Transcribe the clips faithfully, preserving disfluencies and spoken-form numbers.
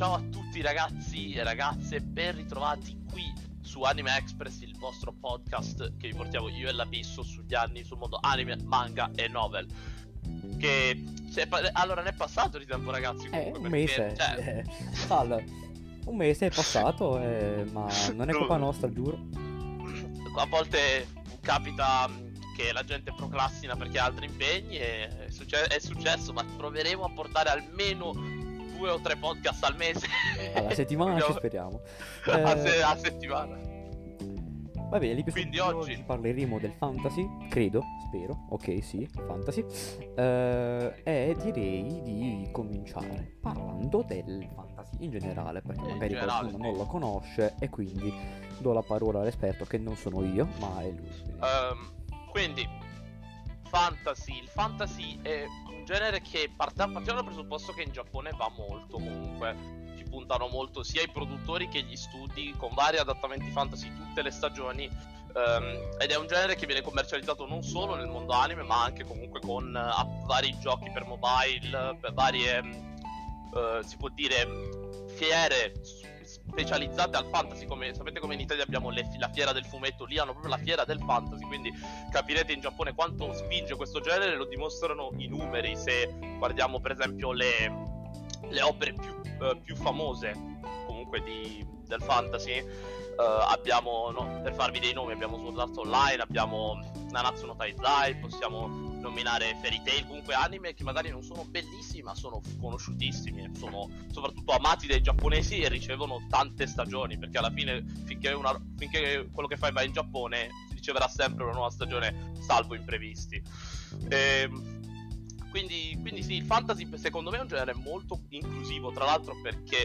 ciao a tutti ragazzi e ragazze, ben ritrovati qui su Anime Express, il vostro podcast che vi portiamo io e l'Abisso sugli anni, sul mondo anime, manga e novel. Che se, allora ne è passato di tempo ragazzi comunque, Eh, un perché, mese, cioè... eh, Sal, un mese è passato, eh, ma non è colpa nostra, giuro. A volte capita che la gente procrastina perché ha altri impegni e è, succe- è successo, ma proveremo a portare almeno due o tre podcast al mese. Alla settimana ci speriamo. a, Eh, se- a settimana. Va bene, l'episodio Quindi di oggi- oggi parleremo del fantasy, credo, spero, ok sì, fantasy, eh, e direi di cominciare parlando del fantasy in generale, perché In magari generale, qualcuno sì. non lo conosce e quindi do la parola all'esperto che non sono io, ma è lui. quindi- Ehm, quindi fantasy, il fantasy è un genere che parte- partiamo dal presupposto che in Giappone va molto comunque. Ci puntano molto sia i produttori che gli studi con vari adattamenti fantasy tutte le stagioni, ehm, ed è un genere che viene commercializzato non solo nel mondo anime ma anche comunque con eh, app- vari giochi per mobile, per varie eh, si può dire fiere s- specializzate al fantasy. Come sapete, come in Italia abbiamo le fi- la fiera del fumetto, lì hanno proprio la fiera del fantasy, quindi capirete in Giappone quanto spinge questo genere. Lo dimostrano i numeri, se guardiamo per esempio le le opere più, eh, più famose comunque di, del fantasy. eh, abbiamo, no, per farvi dei nomi, abbiamo Sword Art Online, abbiamo Nanatsu no Taizai, possiamo nominare Fairy Tail, comunque anime che magari non sono bellissimi ma sono conosciutissimi e sono soprattutto amati dai giapponesi e ricevono tante stagioni, perché alla fine finché, una, finché quello che fai va in Giappone si riceverà sempre una nuova stagione, salvo imprevisti. Ehm Quindi, quindi sì, il fantasy secondo me è un genere molto inclusivo, tra l'altro perché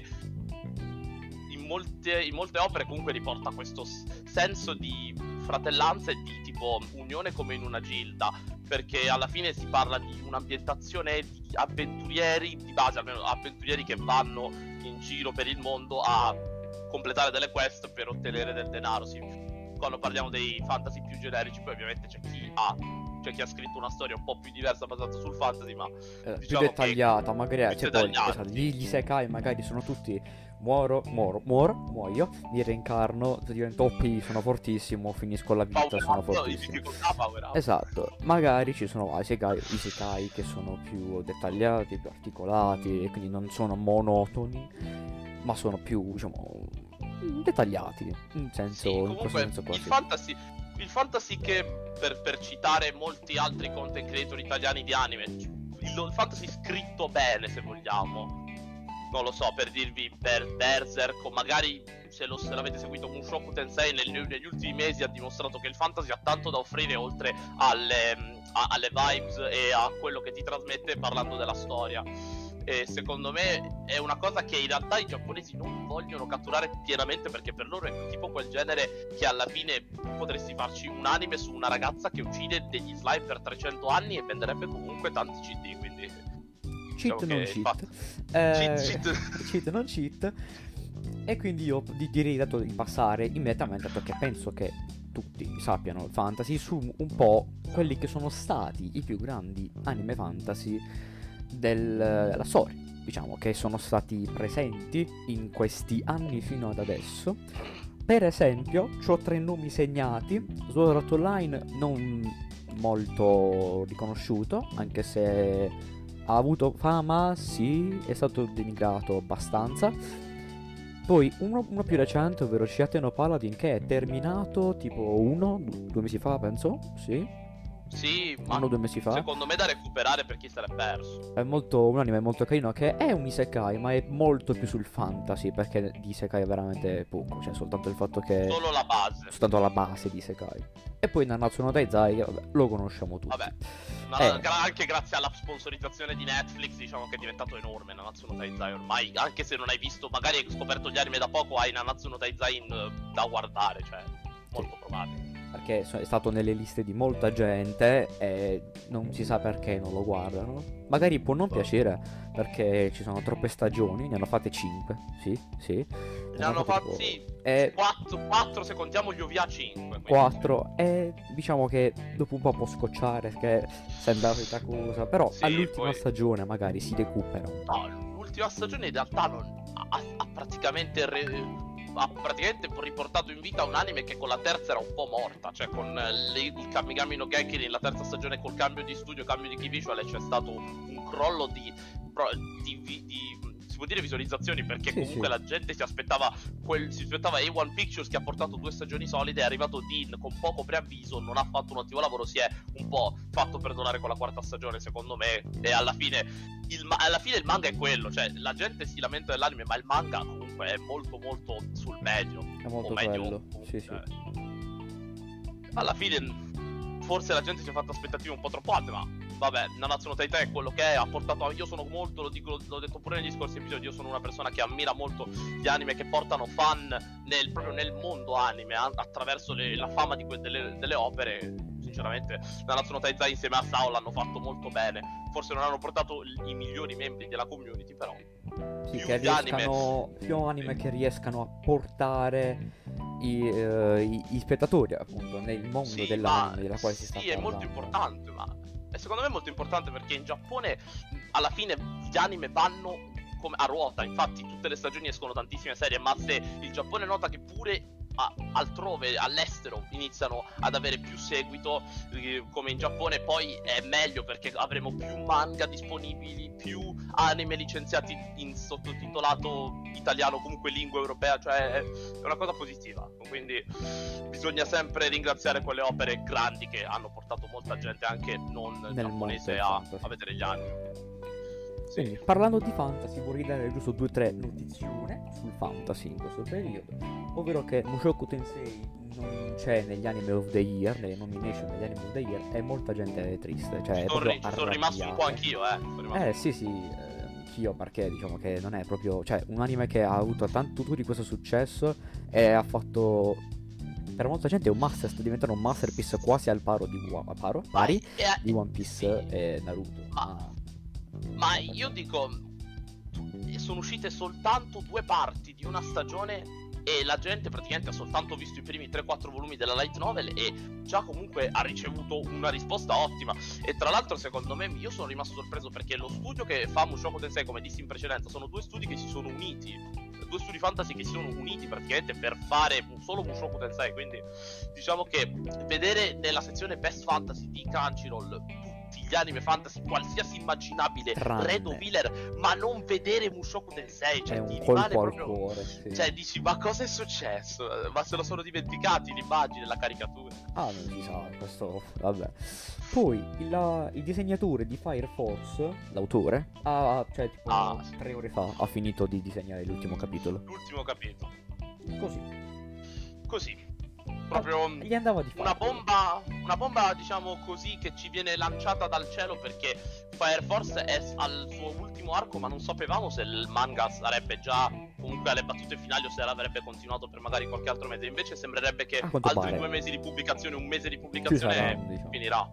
in molte, in molte opere comunque riporta questo s- senso di fratellanza e di tipo unione come in una gilda, perché alla fine si parla di un'ambientazione di avventurieri, di base almeno avventurieri che vanno in giro per il mondo a completare delle quest per ottenere del denaro. Sì. Quando parliamo dei fantasy più generici poi ovviamente c'è chi ha c'è chi ha scritto una storia un po' più diversa basata sul fantasy, ma eh, diciamo più dettagliata, che magari più cioè, poi, dettagliata, esatto, sì. gli, gli isekai magari sono tutti muoro, muoro, muoro, muoio, mi reincarno, divento O P, sono fortissimo, finisco la vita, Power sono up, in fortissimo. difficoltà power up. Esatto, magari ci sono isekai, isekai che sono più dettagliati, più articolati e quindi non sono monotoni, ma sono più, diciamo, dettagliati, in senso, Sì, in questo comunque senso qua. il sì. fantasy il fantasy che per, per citare molti altri content creator italiani di anime, il, il fantasy scritto bene, se vogliamo, non lo so, per dirvi Ber- Berserk, o magari se, lo, se l'avete seguito Mushoku Tensei negli, negli ultimi mesi ha dimostrato che il fantasy ha tanto da offrire oltre alle, a- alle vibes e a quello che ti trasmette parlando della storia. E secondo me è una cosa che in realtà i giapponesi non vogliono catturare pienamente, perché per loro è tipo quel genere che alla fine tu potresti farci un anime su una ragazza che uccide degli slime per trecento anni e venderebbe comunque tanti C D, quindi Cheat diciamo non che cheat. infatti- Eh, cheat, cheat. cheat non cheat. E quindi io di- direi dato di passare immediatamente, perché penso che tutti sappiano il fantasy, su un po' quelli che sono stati i più grandi anime fantasy del- della storia, diciamo, che sono stati presenti in questi anni fino ad adesso. Per esempio, ho tre nomi segnati. Sword Art Online non molto riconosciuto, anche se ha avuto fama, sì, è stato denigrato abbastanza. Poi uno, uno più recente, ovvero Shiate no Paladin, che è terminato tipo uno, due mesi fa, penso, sì, Sì, ma uno o due mesi fa. secondo me da recuperare per chi se l'è perso. È molto, un anime molto carino, che è un isekai, ma è molto più sul fantasy, perché di isekai è veramente poco, cioè soltanto il fatto che... Solo la base. soltanto la base di isekai. E poi Nanatsu no Taizai, che, vabbè, lo conosciamo tutti. Vabbè, ma Eh. gra- anche grazie alla sponsorizzazione di Netflix, diciamo che è diventato enorme Nanatsu no Taizai ormai. Anche se non hai visto, magari hai scoperto gli anime da poco, hai Nanatsu no Taizai in, eh, da guardare, cioè molto probabile. Perché so- è stato nelle liste di molta gente e non si sa perché non lo guardano. Magari può non piacere perché ci sono troppe stagioni, ne hanno fatte cinque, sì, sì. Ne hanno fatti tipo- sì, e quattro se contiamo gli O V A cinque. quattro e diciamo che dopo un po' può scocciare perché sembra la cosa, però Sì, all'ultima poi- stagione magari si recupera. No, l'ultima stagione in realtà non... ha, ha praticamente re- ha praticamente riportato in vita un anime che con la terza era un po' morta, cioè con le, il Kamigami no Genki nella terza stagione col cambio di studio, cambio di key visual, c'è stato un crollo di, di, di, di si può dire visualizzazioni, perché sì, comunque sì. la gente si aspettava quel, si aspettava A uno Pictures che ha portato due stagioni solide, è arrivato Dean con poco preavviso, non ha fatto un ottimo lavoro, si è un po' fatto perdonare con la quarta stagione secondo me, e alla fine il, alla fine il manga è quello, cioè la gente si lamenta dell'anime, ma il manga comunque è molto molto sul medio, È molto o medio, bello, comunque, sì, sì. alla fine forse la gente si è fatta aspettative un po' troppo alte, ma vabbè, Nanatsu no Taizai è quello che è, ha portato, io sono molto, lo dico, l'ho detto pure negli scorsi episodi, io sono una persona che ammira molto gli anime che portano fan nel, proprio nel mondo anime, a, attraverso le, la fama di que, delle, delle opere. Sinceramente Nanatsu no Taizai insieme a Sao l'hanno fatto molto bene, forse non hanno portato i migliori membri della community, però sì, più che gli anime, riescano, più anime che riescano a portare i, uh, i, i spettatori appunto nel mondo sì, dell'anime della quale si sta sì, è parlando. molto importante, ma e secondo me è molto importante perché in Giappone alla fine gli anime vanno come a ruota, infatti tutte le stagioni escono tantissime serie, ma se il Giappone nota che pure a, altrove, all'estero, iniziano ad avere più seguito eh, come in Giappone, poi è meglio perché avremo più manga disponibili, più anime licenziati in sottotitolato italiano, comunque lingua europea, cioè è una cosa positiva, quindi bisogna sempre ringraziare quelle opere grandi che hanno portato molta gente anche non Nel giapponese mondo, a, a vedere gli anime. Quindi, parlando di fantasy, vorrei dare giusto due o tre notizione sul fantasy in questo periodo, ovvero che Mushoku Tensei non c'è negli anime of the year, nelle nomination degli anime of the year, e molta gente è triste, cioè è Sono, proprio ri- sono rimasto un po' arrabbiata. anch'io, eh. Sono rimasto... Eh sì sì, eh, anch'io, perché diciamo che non è proprio, cioè un anime che ha avuto tanto tutto di questo successo e ha fatto, per molta gente è un master, sta diventando un masterpiece quasi al paro di One, paro, pari eh, di One Piece sì. e Naruto. Ma, ma io dico, sono uscite soltanto due parti di una stagione e la gente praticamente ha soltanto visto i primi tre quattro volumi della light novel e già comunque ha ricevuto una risposta ottima. E tra l'altro secondo me io sono rimasto sorpreso perché lo studio che fa Mushoku Tensei, come dissi in precedenza, sono due studi che si sono uniti, due studi fantasy che si sono uniti praticamente per fare un solo Mushoku Tensei, quindi diciamo che vedere nella sezione Best Fantasy di Crunchyroll gli anime fantasy qualsiasi immaginabile, Tranne. Red of Healer, ma non vedere Mushoku Tensei, cioè È ti un rimane colpo al proprio, cuore, sì. cioè dici ma cosa è successo? Ma se lo sono dimenticati l'immagine, la caricatura. Ah, non si sa, questo, vabbè. Poi il, il disegnatore di Fire Force, l'autore, ha, cioè tipo Ah, tre ore fa ha finito di disegnare l'ultimo capitolo. L'ultimo capitolo. Così. Così. Proprio Gli andava di una farlo. bomba, una bomba diciamo così che ci viene lanciata dal cielo perché Fire Force è al suo ultimo arco, ma non sapevamo se il manga sarebbe già comunque alle battute finali o se l'avrebbe continuato per magari qualche altro mese. Invece sembrerebbe che A quanto altri pare. due mesi di pubblicazione, un mese di Ci pubblicazione saranno, diciamo. finirà.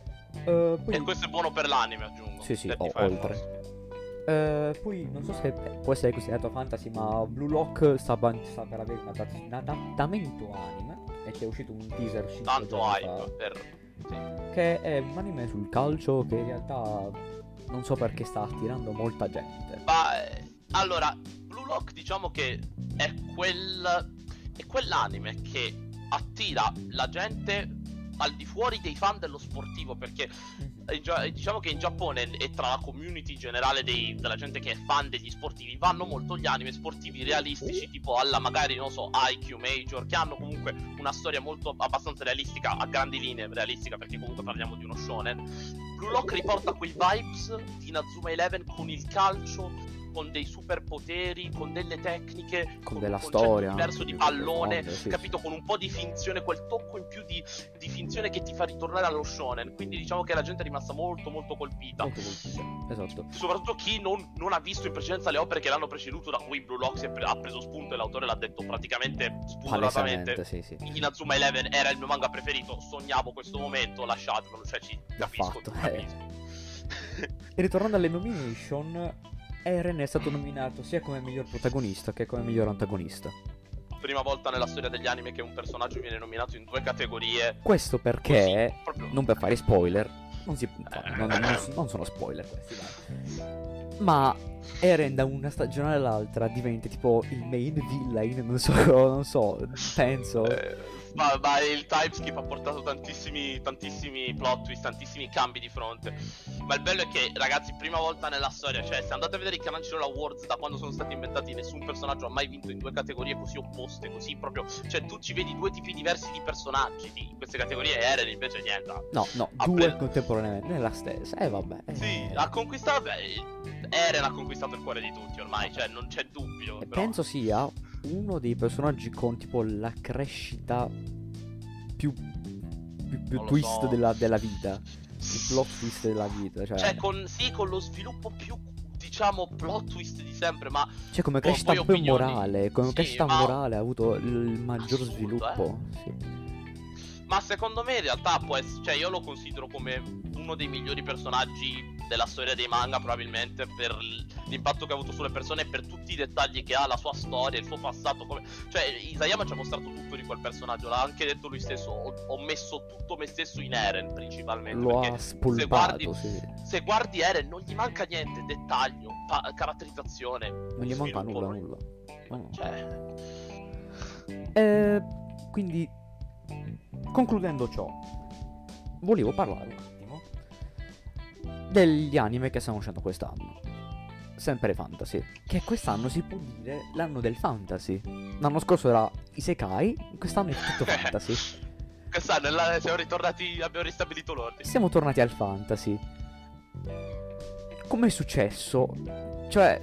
Uh, poi... E questo è buono per l'anime, aggiungo. Sì, sì, per di o- Fire oltre. Force. Uh, poi non so se può essere considerato fantasy, ma Blue Lock sta, ban- sta per avere un adat- un adattamento anime e che è uscito un teaser cinque Tanto giorni hype fa, per... sì. che è un anime sul calcio che in realtà non so perché sta attirando molta gente. Ma eh, allora, Blue Lock diciamo che è quel è quell'anime che attira la gente al di fuori dei fan dello sportivo, perché in Gia- diciamo che in Giappone e tra la community generale dei- della gente che è fan degli sportivi vanno molto gli anime sportivi realistici, tipo alla magari non so I Q Major, che hanno comunque una storia molto abbastanza realistica, a grandi linee realistica, perché comunque parliamo di uno shonen. Blue Lock riporta quei vibes di Inazuma Eleven con il calcio, con dei superpoteri, con delle tecniche, Con un della concetto storia diverso anche di più pallone, profonda, sì, capito, con un po' di finzione, quel tocco in più di, di finzione che ti fa ritornare allo shonen. Quindi diciamo che la gente è rimasta molto molto colpita, Molto colpita, esatto. soprattutto chi non, non ha visto in precedenza le opere che l'hanno preceduto, da cui Blue Lock si è pre- ha preso spunto e l'autore l'ha detto praticamente spudoratamente. Palesemente, sì, sì. Inazuma Eleven era il mio manga preferito, sognavo questo momento, lasciatemelo, cioè ci L'ha capisco, fatto, capisco. E ritornando alle nomination, Eren è stato nominato sia come miglior protagonista che come miglior antagonista. Prima volta nella storia degli anime che un personaggio viene nominato in due categorie. Questo perché, così, proprio... non per fare spoiler, non, si, Eh. non, non, non sono spoiler questi, dai. ma Eren da una stagione all'altra diventa tipo il main villain, non so, non so, penso. Eh, ma, ma il timeskip ha portato tantissimi, tantissimi plot twist, tantissimi cambi di fronte. Ma il bello è che, ragazzi, prima volta nella storia, cioè se andate a vedere i Crunchyroll Awards da quando sono stati inventati, nessun personaggio ha mai vinto in due categorie così opposte, così proprio, cioè tu ci vedi due tipi diversi di personaggi di, in queste categorie, e Eren invece niente. No, no, ha due preso- contemporaneamente, nella stessa, e eh, vabbè. Eh. Sì, ha conquistato, beh, Eren ha conquistato il cuore di tutti ormai, cioè non c'è dubbio. E però. penso sia uno dei personaggi con tipo la crescita più, più, più Non lo twist so. della, della vita. Il plot twist della vita. Cioè, Cioè, con, sì, con lo sviluppo più, diciamo, plot twist di sempre, ma cioè come poi- crescita poi poi opinioni. morale. Come Sì, crescita ma- morale ha avuto il maggior Assurdo, sviluppo. Sì. Ma secondo me in realtà può essere, cioè io lo considero come uno dei migliori personaggi della storia dei manga, probabilmente per l- l'impatto che ha avuto sulle persone e per tutti i dettagli che ha, la sua storia, il suo passato, come... cioè Isayama ci ha mostrato tutto di quel personaggio, l'ha anche detto lui stesso, ho, ho messo tutto me stesso in Eren principalmente, Lo perché ha se spolpato, guardi, sì. se guardi Eren non gli manca niente, dettaglio, pa- caratterizzazione, Non gli manca sviluppo, nulla, non- nulla. No. Cioè, Eh, quindi, concludendo ciò, volevo parlare un attimo degli anime che stanno uscendo quest'anno. Sempre fantasy. Che quest'anno si può dire l'anno del fantasy. L'anno scorso era Isekai, quest'anno è tutto fantasy. quest'anno è la- siamo ritornati, abbiamo ristabilito l'ordine. Siamo tornati al fantasy. Com'è successo? Cioè,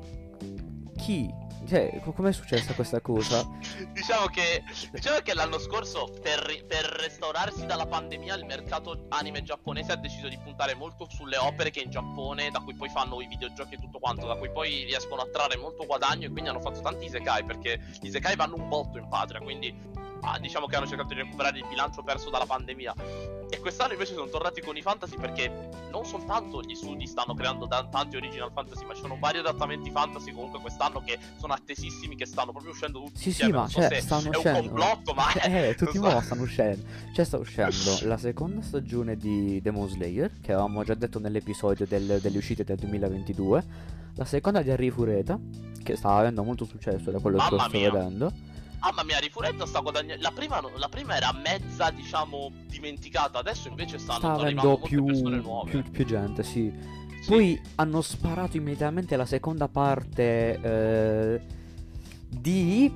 chi? Cioè, co- com'è successa questa cosa? Diciamo che diciamo che l'anno scorso per, ri- per restaurarsi dalla pandemia il mercato anime giapponese ha deciso di puntare molto sulle opere che in Giappone, da cui poi fanno i videogiochi e tutto quanto, da cui poi riescono a trarre molto guadagno, e quindi hanno fatto tanti isekai, perché gli isekai vanno un botto in patria, quindi ah, diciamo che hanno cercato di recuperare il bilancio perso dalla pandemia. E quest'anno invece sono tornati con i fantasy, perché non soltanto gli studi stanno creando da- tanti original fantasy, ma ci sono vari adattamenti fantasy comunque quest'anno che sono attesissimi, che stanno proprio uscendo tutti Sì, sì, insieme. ma Non so cioè, se stanno è uscendo. un complotto, ma Eh, tutti i non so. mo' stanno uscendo. Cioè, sta uscendo la seconda stagione di Demon Slayer, che avevamo già detto nell'episodio del- delle uscite del duemilaventidue. La seconda di Harry Fureta, che sta avendo molto successo da quello che Mamma sto mia. vedendo. Mamma mia, Rifuretta sta guadagnando. La prima, no- la prima era mezza, diciamo, dimenticata. Adesso invece stanno Sta arrivando avendo molte più, persone nuove. più, più gente, sì. Sì. Poi hanno sparato immediatamente la seconda parte eh, di...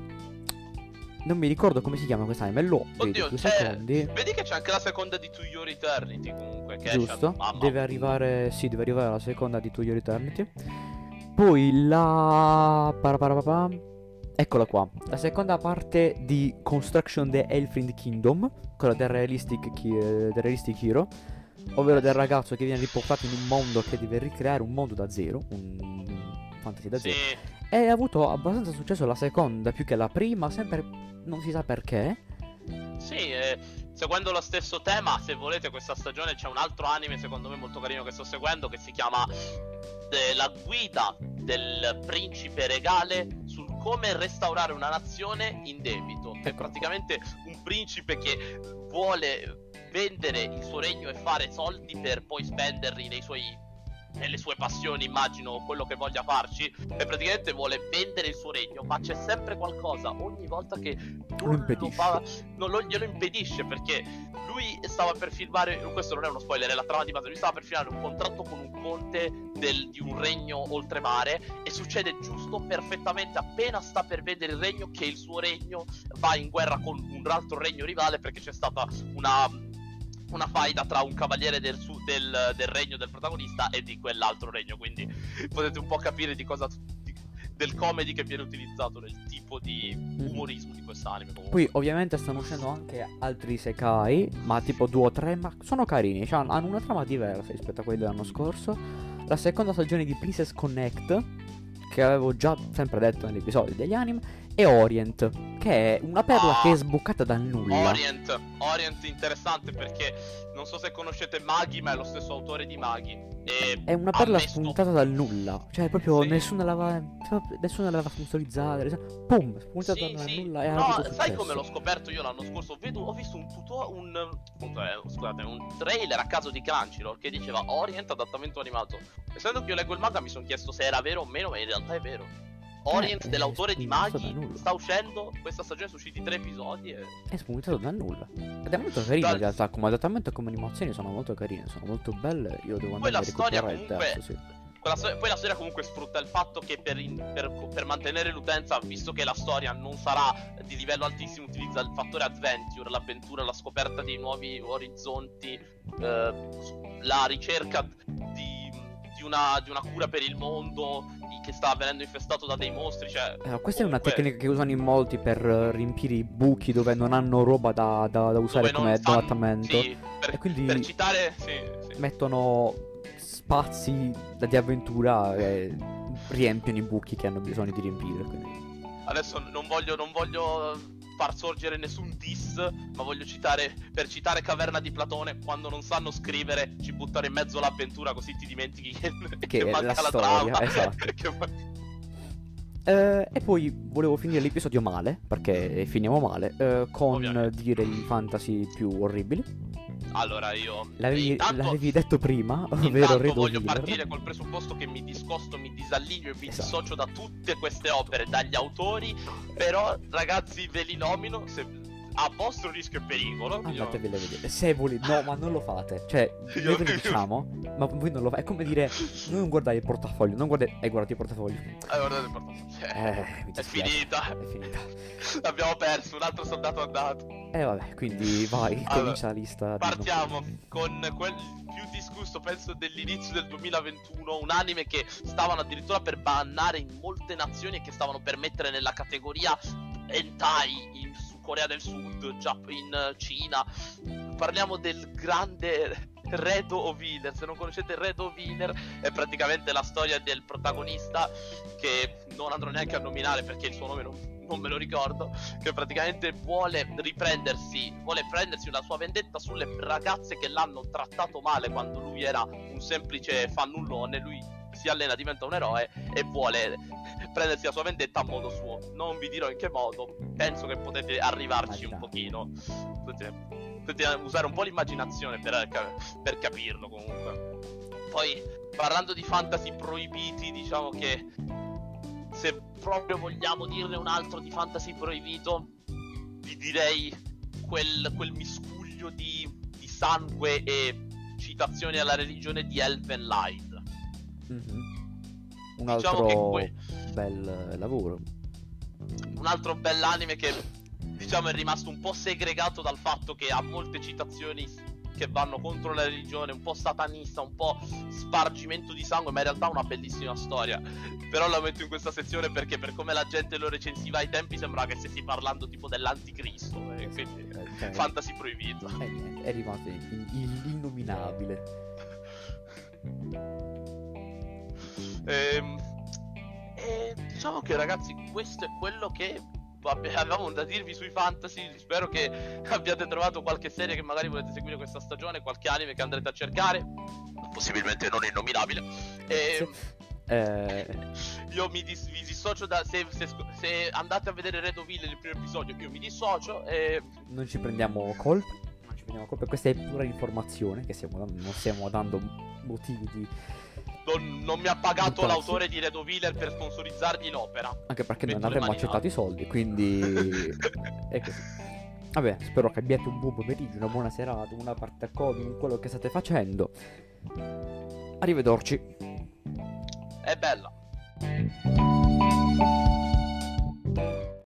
Non mi ricordo come si chiama quest'anime, lo vedo Oddio, due c'è- secondi. Vedi che c'è anche la seconda di To Your Eternity comunque. Che Giusto, esce. Mamma. deve arrivare, sì, deve arrivare la seconda di To Your Eternity. Poi la... paraparapapam. Eccola qua, la seconda parte di Construction the Elfriend Kingdom, quella del Realistic, Ki- eh, del realistic Hero, ovvero del ragazzo che viene riportato in un mondo che deve ricreare un mondo da zero, un fantasy da zero. Sì. E ha avuto abbastanza successo la seconda più che la prima, sempre non si sa perché. Sì, eh, seguendo lo stesso tema, se volete, questa stagione c'è un altro anime secondo me molto carino che sto seguendo, che si chiama eh, La guida del principe regale sul come restaurare una nazione in debito. Che è Ecco. praticamente un principe che vuole vendere il suo regno e fare soldi per poi spenderli nei suoi nelle sue passioni, immagino, quello che voglia farci, e praticamente vuole vendere il suo regno, ma c'è sempre qualcosa ogni volta che Lo non lo impedisce. fa, non lo, glielo impedisce, perché lui stava per firmare, questo non è uno spoiler, è la trama di base, lui stava per firmare un contratto con un conte del- di un regno oltremare, e succede giusto perfettamente appena sta per vendere il regno che il suo regno va in guerra con un altro regno rivale, perché c'è stata una una faida tra un cavaliere del, su- del, del regno del protagonista e di quell'altro regno, quindi potete un po' capire di cosa di- del comedy che viene utilizzato nel tipo di umorismo di quest'anime comunque. Poi ovviamente stanno uscendo anche altri Isekai, ma tipo due o tre, ma sono carini, cioè hanno una trama diversa rispetto a quelli dell'anno scorso. La seconda stagione di Princess Connect, che avevo già sempre detto negli episodi degli anime, e Orient, che è una perla Ah. che è sboccata dal nulla. Orient, Orient interessante perché non so se conoscete Magi, ma è lo stesso autore di Magi, e È una ha perla messo... spuntata dal nulla. Cioè, proprio Sì. nessuno l'aveva. Nessuno l'aveva sponsorizzata. Pum! Spuntata Sì, dal sì. nulla e ha No, avuto sai successo. come l'ho scoperto io l'anno scorso? Vedo, ho visto un tuto, un, appunto, eh, scusate, un trailer a caso di Crunchyroll che diceva Orient adattamento animato. Essendo che io leggo il manga mi sono chiesto se era vero o meno, ma in realtà è vero. Orient Eh, dell'autore è di spuntato Maghi da nulla. sta uscendo, questa stagione sono usciti tre episodi e... È spuntato dal nulla. Ed è molto carino Dal- in realtà. Come adattamento e come animazioni sono molto carine. Sono molto belle. Io devo Poi andare a la storia recuperare il comunque... terzo, sì. Quella sto- poi la storia comunque sfrutta il fatto che per, in- per- per mantenere l'utenza, visto che la storia non sarà di livello altissimo, utilizza il fattore adventure, l'avventura, la scoperta di nuovi orizzonti, eh, la ricerca di, di una, di una cura per il mondo di- che sta venendo infestato da dei mostri. Cioè, Eh, questa è una comunque, tecnica che usano in molti per eh, riempire i buchi dove non hanno roba da, da- da usare dove non come fanno- adattamento. sì, per, E quindi per citare, sì, sì. mettono spazi da- di avventura e riempiono i buchi che hanno bisogno di riempire. Quindi... Adesso non voglio, non voglio far sorgere nessun diss, ma voglio citare, per citare Caverna di Platone, quando non sanno scrivere ci buttano in mezzo l'avventura così ti dimentichi che, Che che è manca la la, storia, trama. esatto. Che man- Eh, e poi volevo finire l'episodio male, perché finiamo male, eh, con Ovviamente. dire i fantasy più orribili. Allora io L'avevi, intanto, l'avevi detto prima, ovvero intanto Redo voglio Wheeler. partire col presupposto che mi discosto, mi disallineo e mi Esatto. dissocio da tutte queste opere, dagli autori. Però ragazzi ve li nomino se, a vostro rischio e pericolo. Io- Andatevele a vedere. Se volete, no, ma non lo fate. Cioè, Io- noi ve lo diciamo, ma voi non lo fate. È come dire, non guardate il portafoglio, non guardate. Eh, guardate il portafoglio. Eh, guardate il portafoglio. Eh, mi È dispiace. finita. È finita. Abbiamo perso, un altro soldato è andato. E vabbè, quindi vai, Allora, comincia la lista. di- Partiamo con quel più discusso, penso, dell'inizio del duemilaventuno. Un anime che stavano addirittura per bannare in molte nazioni e che stavano per mettere nella categoria hentai in Su- Corea del Sud, già in eh, Cina. Parliamo del grande Redo Wheeler. Se non conoscete Redo Wheeler, è praticamente la storia del protagonista, che non andrò neanche a nominare perché il suo nome non, non me lo ricordo, che praticamente vuole riprendersi, vuole prendersi una sua vendetta sulle ragazze che l'hanno trattato male quando lui era un semplice fannullone. Lui si allena, diventa un eroe e vuole prendersi la sua vendetta a modo suo. Non vi dirò in che modo, penso che potete arrivarci un pochino, potete, potete usare un po' l'immaginazione per, per capirlo comunque. Poi, parlando di fantasy proibiti, diciamo che se proprio vogliamo dirne un altro di fantasy proibito, vi direi quel, quel miscuglio di, di sangue e citazioni alla religione di Elfen Light. Mhm. Un Diciamo altro che que- bel eh, lavoro. Un altro bell'anime che, diciamo, è rimasto un po' segregato dal fatto che ha molte citazioni che vanno contro la religione, un po' satanista, un po' spargimento di sangue, ma in realtà ha una bellissima storia. Però la metto in questa sezione perché, per come la gente lo recensiva ai tempi, sembrava che stessi parlando tipo dell'anticristo, e quindi Eh, cioè, fantasy proibito. eh, niente, è rimasto in- in- innominabile. Ehm, e diciamo che, ragazzi, questo è quello che vabbè, avevamo da dirvi sui fantasy. Spero che abbiate trovato qualche serie che magari volete seguire questa stagione, qualche anime che andrete a cercare, possibilmente non innominabile. E Eh, io mi dis- vi dissocio da se, se, se andate a vedere Red Oville il primo episodio, io mi dissocio e non ci prendiamo colpe. Non ci prendiamo colpe. Questa è pura informazione che stiamo dando. Non stiamo dando motivi di. non, non mi ha pagato Buttarsi. l'autore di Red Oville per sponsorizzargli l'opera. Anche perché non Metto le avremmo mani accettato i soldi. Quindi. È così. Vabbè, spero che abbiate un buon pomeriggio, una buona serata, una parte a codo in quello che state facendo. Arrivederci. È bella.